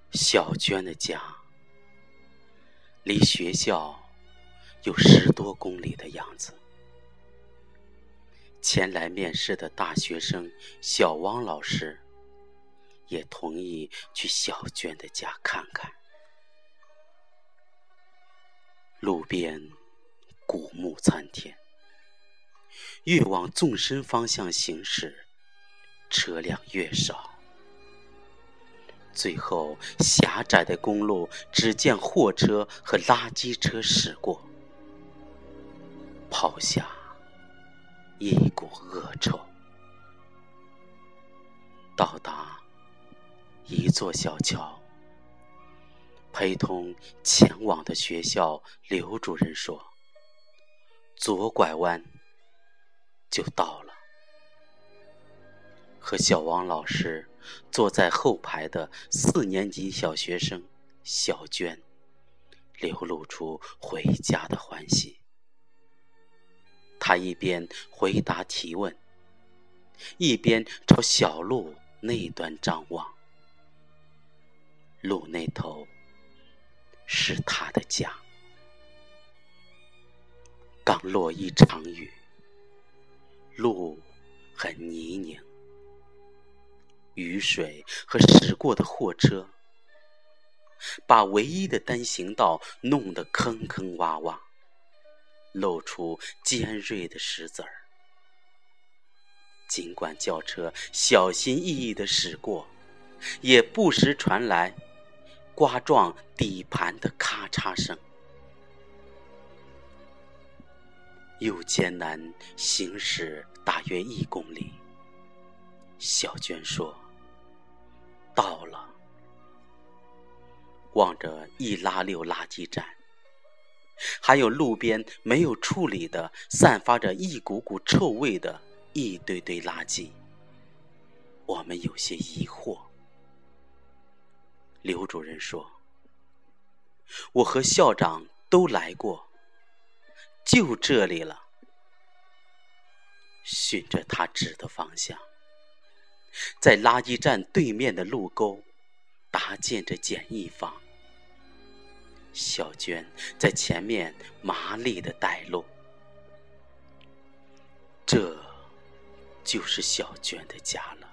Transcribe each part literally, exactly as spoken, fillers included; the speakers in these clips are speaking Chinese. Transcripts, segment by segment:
小娟的家离学校有十多公里的样子。前来面试的大学生小汪老师也同意去小娟的家看看。路边古木参天，越往纵深方向行驶，车辆越少，最后狭窄的公路只见货车和垃圾车驶过，抛下一股恶臭。到达一座小桥，陪同前往的学校刘主任说，左拐弯就到了。和小王老师坐在后排的四年级小学生小娟流露出回家的欢喜。他一边回答提问，一边朝小路那端张望。路那头是他的家。刚落一场雨，路很泥泞，雨水和驶过的货车把唯一的单行道弄得坑坑洼洼，露出尖锐的石子儿。尽管轿车小心翼翼地驶过，也不时传来刮撞底盘的咔嚓声。又艰难行驶大约一公里，小娟说，到了。望着一拉六垃圾站，还有路边没有处理的散发着一股股臭味的一堆堆垃圾，我们有些疑惑。刘主任说，我和校长都来过，就这里了。循着他指的方向，在垃圾站对面的路沟搭建着简易房。小娟在前面麻利地带路。这就是小娟的家了。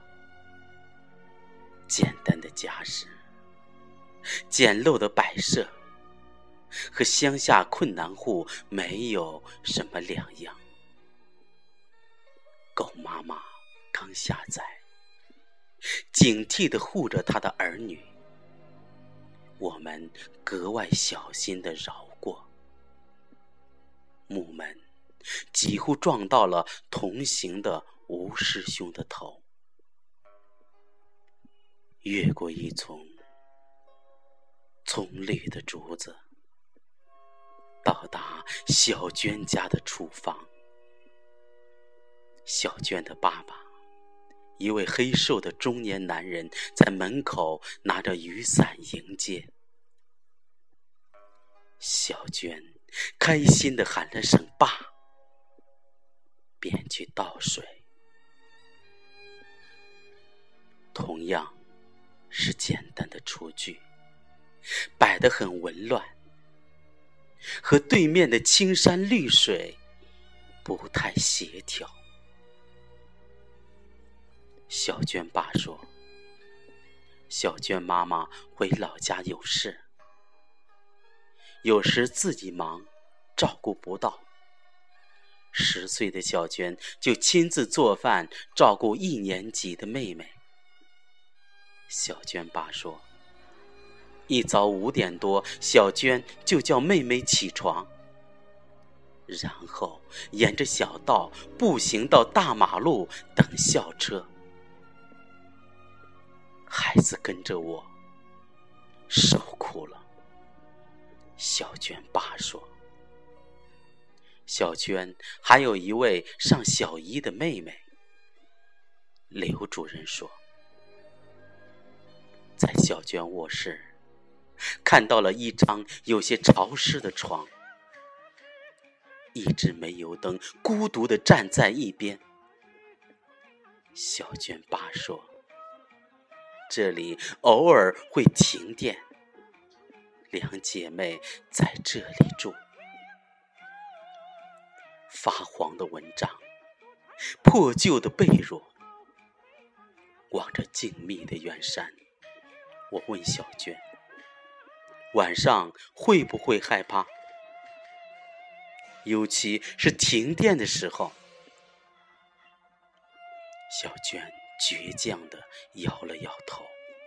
简单的家事，简陋的摆设，和乡下困难户没有什么两样。狗妈妈刚下崽，警惕地护着她的儿女，我们格外小心地绕过。木门几乎撞到了同行的吴师兄的头。越过一丛葱绿的竹子，到达小娟家的厨房。小娟的爸爸，一位黑瘦的中年男人，在门口拿着雨伞迎接。小娟开心地喊了声爸，便去倒水。同样是简单的厨具，摆得很紊乱，和对面的青山绿水不太协调。小娟爸说，小娟妈妈回老家有事，有时自己忙，照顾不到。十岁的小娟就亲自做饭，照顾一年级的妹妹。小娟爸说，一早五点多，小娟就叫妹妹起床，然后沿着小道步行到大马路等校车。孩子跟着我受苦了，小娟爸说。小娟还有一位上小一的妹妹。刘主任说，在小娟卧室看到了一张有些潮湿的床，一只煤油灯孤独地站在一边。小娟爸说， 这里偶尔会停电，两姐妹在这里住。发黄的蚊帐，破旧的被褥，望着静谧的远山，我问小娟，晚上会不会害怕？尤其是停电的时候。小娟倔强地摇了摇头。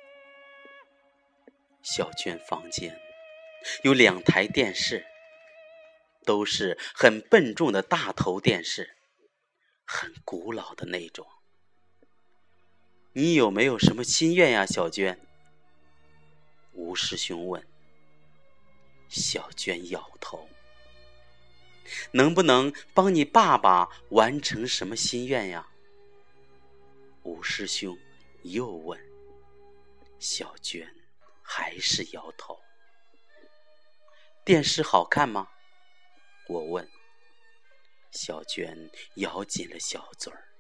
小娟房间有两台电视，都是很笨重的大头电视，很古老的那种。你有没有什么心愿呀，小娟？吴师兄问。小娟摇头。能不能帮你爸爸完成什么心愿呀？吴师兄又问。小娟还是摇头。电视好看吗？我问。小娟咬紧了小嘴儿。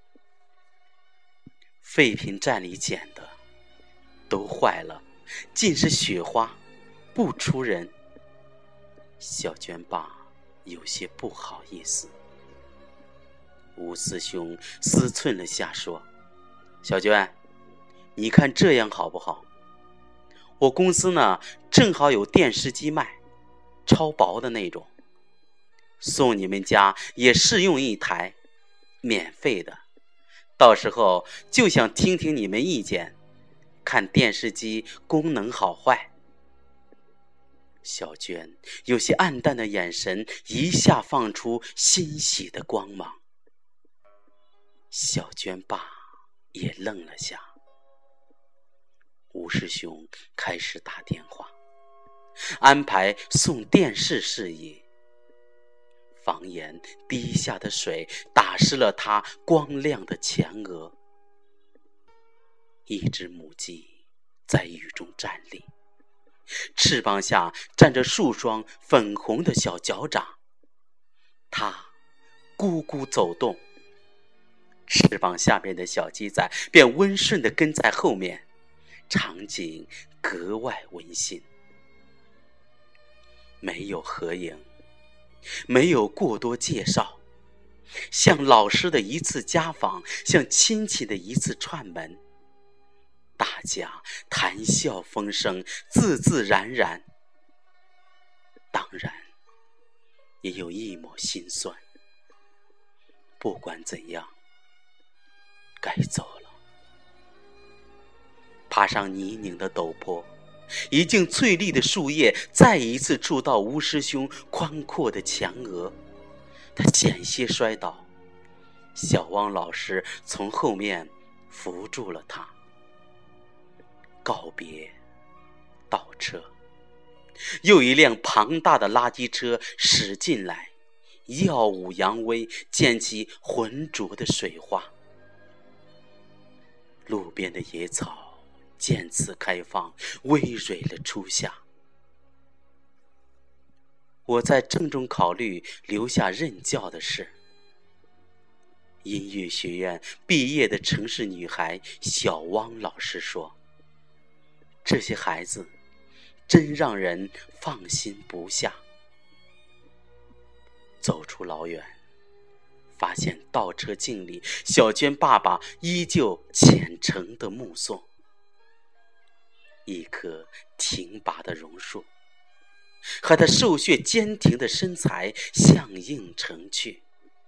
废品站里捡的，都坏了，尽是雪花，不出人。小娟爸有些不好意思。吴师兄思忖了下说，小娟，你看这样好不好？我公司呢正好有电视机卖，超薄的那种，送你们家也试用一台，免费的。到时候就想听听你们意见，看电视机功能好坏。小娟有些暗淡的眼神一下放出欣喜的光芒。小娟爸也愣了下。吴师兄开始打电话，安排送电视事宜。房檐滴下的水打湿了他光亮的前额。一只母鸡在雨中站立，翅膀下站着数双粉红的小脚掌，它咕咕走动，翅膀下边的小鸡仔便温顺地跟在后面，场景格外温馨。没有合影，没有过多介绍，像老师的一次家访，像亲戚的一次串门，大家谈笑风生，自自然然。当然也有一抹心酸。不管怎样，该走了。爬上泥泞的陡坡，一茎翠绿的树叶再一次触到吴师兄宽阔的前额，他险些摔倒。小汪老师从后面扶住了他。告别，倒车，又一辆庞大的垃圾车驶进来，耀武扬威，溅起浑浊的水花。路边的野草渐次开放，葳蕤了初夏。我在郑重考虑留下任教的事。音乐学院毕业的城市女孩小汪老师说，这些孩子真让人放心不下。走出老远，发现倒车镜里小娟爸爸依旧虔诚地目送。一棵挺拔的榕树和他瘦削坚挺的身材相映成趣。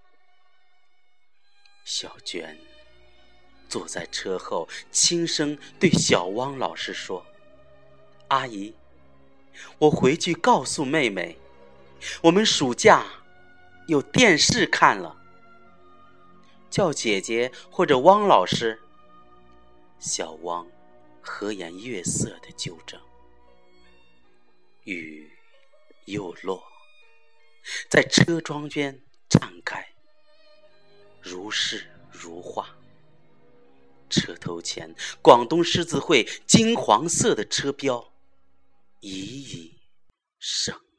小娟坐在车后，轻声对小汪老师说，阿姨，我回去告诉妹妹，我们暑假有电视看了。叫姐姐或者汪老师。小汪和颜悦色地纠正。雨又落，在车窗边绽开，如诗如画。车头前广东狮子会金黄色的车标熠熠生